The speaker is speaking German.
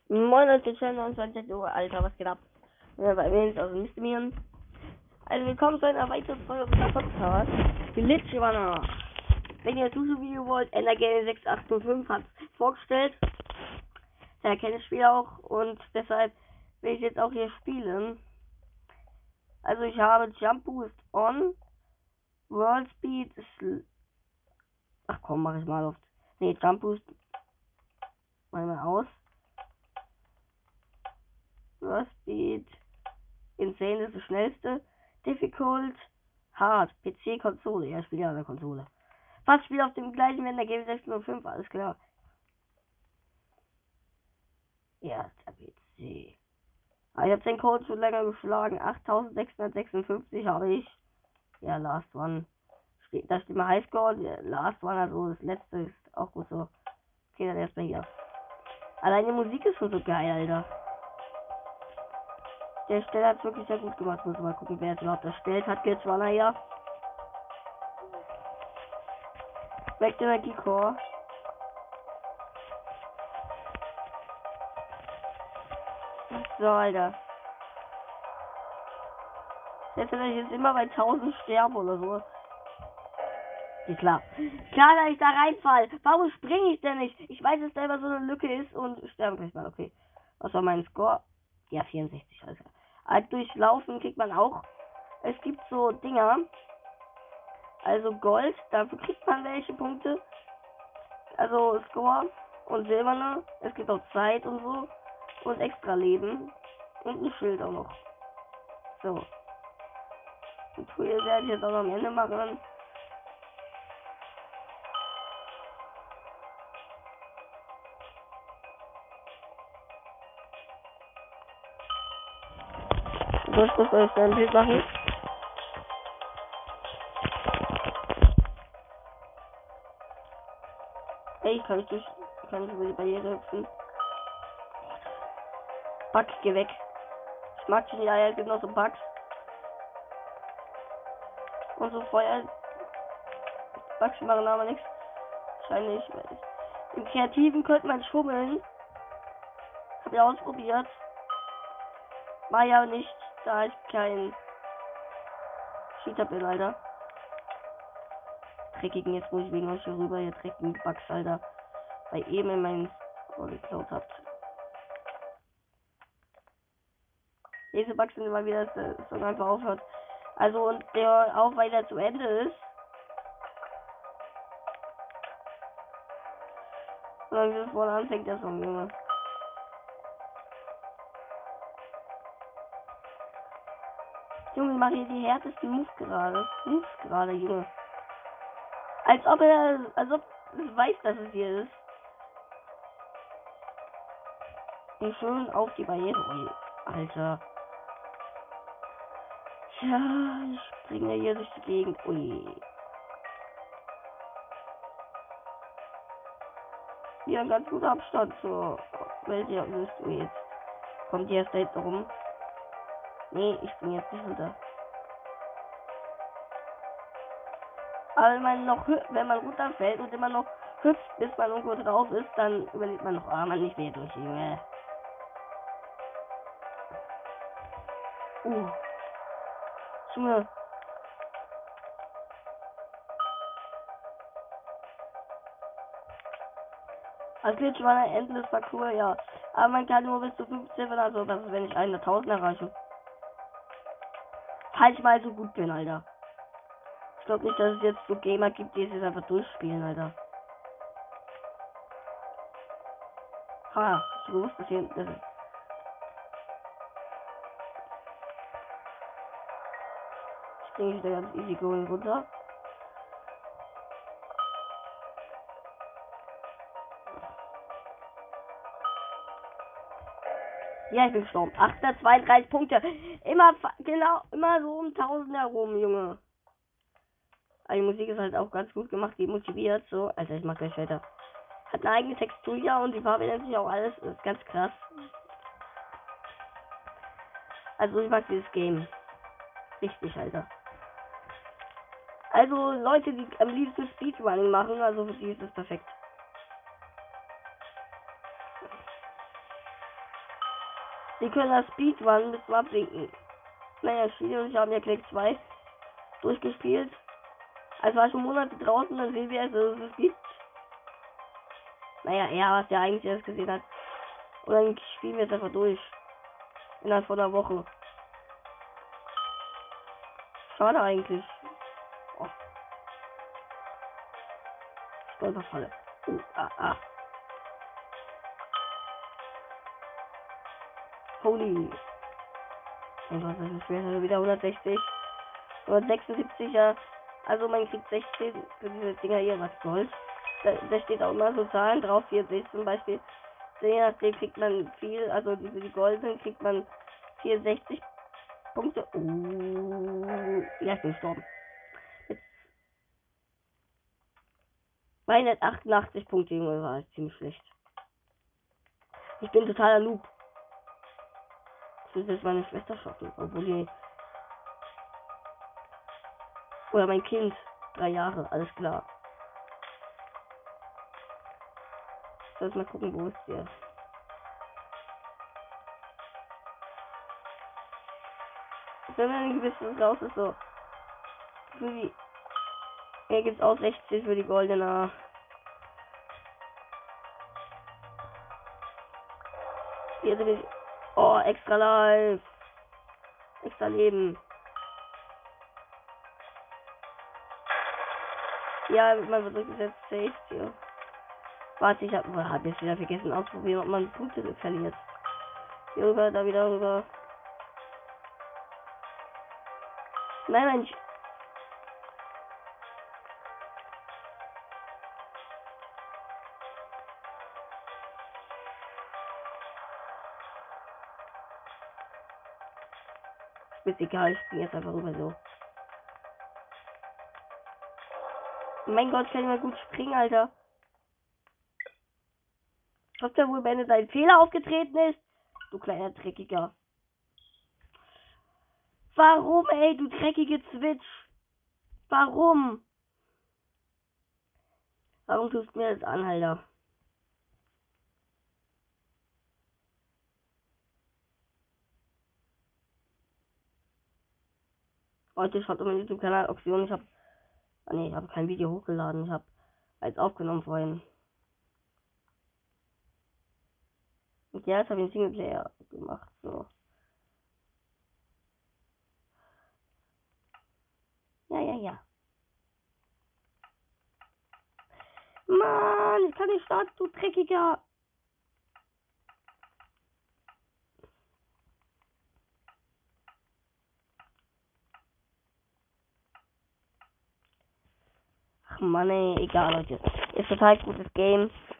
Moin Leute, 29 Uhr, Alter, was geht ab? Bei mir ist aus dem Mistemieren. Also willkommen zu einer weiteren Folge unserer Podcast. Glitchwanner. Wenn ihr das YouTube-Video wollt, Energame 6805 hat es vorgestellt. Der kennt das Spiel auch und deshalb will ich jetzt auch hier spielen. Also ich habe Jump Boost on, World Speed ach komm, mach ich mal auf. Ne, Jump Boost mach ich mal aus. World Speed Insane ist das schnellste. Difficult, hart, PC, Konsole. Ja, ich spiele ja an der Konsole. Fast Spiel auf dem gleichen wie in der G605, alles klar. Ja, der PC. Ah, ich habe den Code schon länger geschlagen. 8656 habe ich. Ja, Last One. Da steht mal Highscore. Last One, also das letzte ist auch gut so. Okay, dann erstmal hier. Allein die Musik ist schon so geil, Alter. Der Steller hat es wirklich sehr gut gemacht. Muss mal gucken, wer es überhaupt erstellt hat. Jetzt war er ja. Back Energy Core. So, Alter. Selbst wenn ich jetzt immer bei 1000 sterbe oder so. Ist klar. Klar, dass ich da reinfall. Warum springe ich denn nicht? Ich weiß, dass da immer so eine Lücke ist und sterbe gleich mal. Okay. Was war mein Score? Ja, 64, Alter. Also durchlaufen kriegt man auch. Es gibt so Dinger. Also Gold, dafür kriegt man welche Punkte. Also Score und silberne. Es gibt auch Zeit und so. Und extra Leben. Und ein Schild auch noch. So. Und hier werde ich jetzt auch noch am Ende machen. So, ich muss euch ein Bild machen. Hey, kann ich über die Barriere hüpfen? Bugs, geh weg. Ich mag die Eier, es gibt noch so Bugs. Und so Feuer. Bugs machen aber nichts. Wahrscheinlich. Im Kreativen könnte man schummeln. Hab ich ausprobiert. War ja nicht, da ich kein Cheater bin, Alter. Dreckigen, jetzt muss ich wegen euch hier rüber, ihr dreckigen Bugs, Alter. Weil eben in meinen Score geklaut habt. Diese Bugs sind immer wieder, dass der Song einfach aufhört. Also, und der auch weiter zu Ende ist. Und dann wieder vorne anfängt der Song, Junge. Junge, ich mache hier die härtesten Moves gerade, Junge. Als ob es weiß, dass es hier ist. Und schön auf die Barriere. Ui, Alter. Ja, ich springe hier durch die Gegend. Ui. Hier ein ganz guter Abstand zur Welt. Ja, wirst du jetzt. Kommt die erst da hinten rum? Nee, ich bin jetzt nicht runter. Aber wenn man runterfällt und immer noch hüpft, bis man irgendwo drauf ist, dann überlebt man noch. Ah, man nicht mehr durch, Junge. Junge. Also jetzt war ein Endless Parcours, ja. Aber man kann nur bis zu 15, also was ist, wenn ich 100.000 erreiche. Falls ich mal so gut bin, Alter. Ich glaube nicht, dass es jetzt so Gamer gibt, die es jetzt einfach durchspielen, Alter. Ha, hast du gewusst, dass hier das ist. Ich denke wieder ganz easy going runter. Ja, ich bin gestorben. 832 Punkte. Immer so um 1000 herum, Junge. Aber die Musik ist halt auch ganz gut gemacht, die motiviert so. Also ich mach gleich weiter. Hat eine eigene Textur ja und die Farbe nennt sich auch alles. Das ist ganz krass. Also ich mag dieses Game. Richtig, Alter. Also Leute, die am liebsten Speedrunning machen, also für die ist das perfekt. Die können das Speedrun bis zum Abwinken. Naja, Chile und ich haben ja Click 2 durchgespielt. Also war schon Monate draußen, dann sehen wir also, es gibt. Naja, er, was ja eigentlich erst gesehen hat. Und dann spielen wir es einfach durch. Innerhalb von einer Woche. Schade eigentlich. Oh. Stolperfalle. Holy. Mein Gott, das ist schwer. Wieder 160. 176er. Also man kriegt 16 für diese Dinger hier. Was Gold. Da steht auch immer so Zahlen drauf. 40 zum Beispiel. Je nachdem kriegt man viel. Also für die goldenen kriegt man 64 Punkte. Ja, ich bin gestorben. Jetzt 288 Punkte, Junge, war ziemlich schlecht. Ich bin totaler Noob. Ich will jetzt meine Schwester schocken, obwohl die. Oder mein Kind. 3 Jahre, alles klar. Ich soll jetzt mal gucken, wo ist der. Wenn man ein gewisses raus ist, so. Für die. Hier gibt es auch 60 für die goldene. Hier sind wir. Oh, extra live. Extra Leben. Ja, man wird durchgesetzt. Safe hier. Warte, ich hab jetzt wieder vergessen ausprobieren, ob man Punkte verliert. Hier rüber, da wieder rüber. Nein, Mensch. Ist egal, ich bin jetzt einfach rüber so. Mein Gott, kann ich mal gut springen, Alter. Hast du wohl, wenn dein Fehler aufgetreten ist? Du kleiner Dreckiger. Warum, ey, du dreckige Switch? Warum? Warum tust du mir das an, Alter? Heute schaut auf meinem YouTube-Kanal Option. Ich habe kein Video hochgeladen. Ich habe eins aufgenommen vorhin. Und ja, jetzt habe ich einen Singleplayer gemacht. So. Ja. Mann, ich kann nicht starten, du Dreckiger. Ach Mann, ey, egal, Leute. Ist total gutes Game.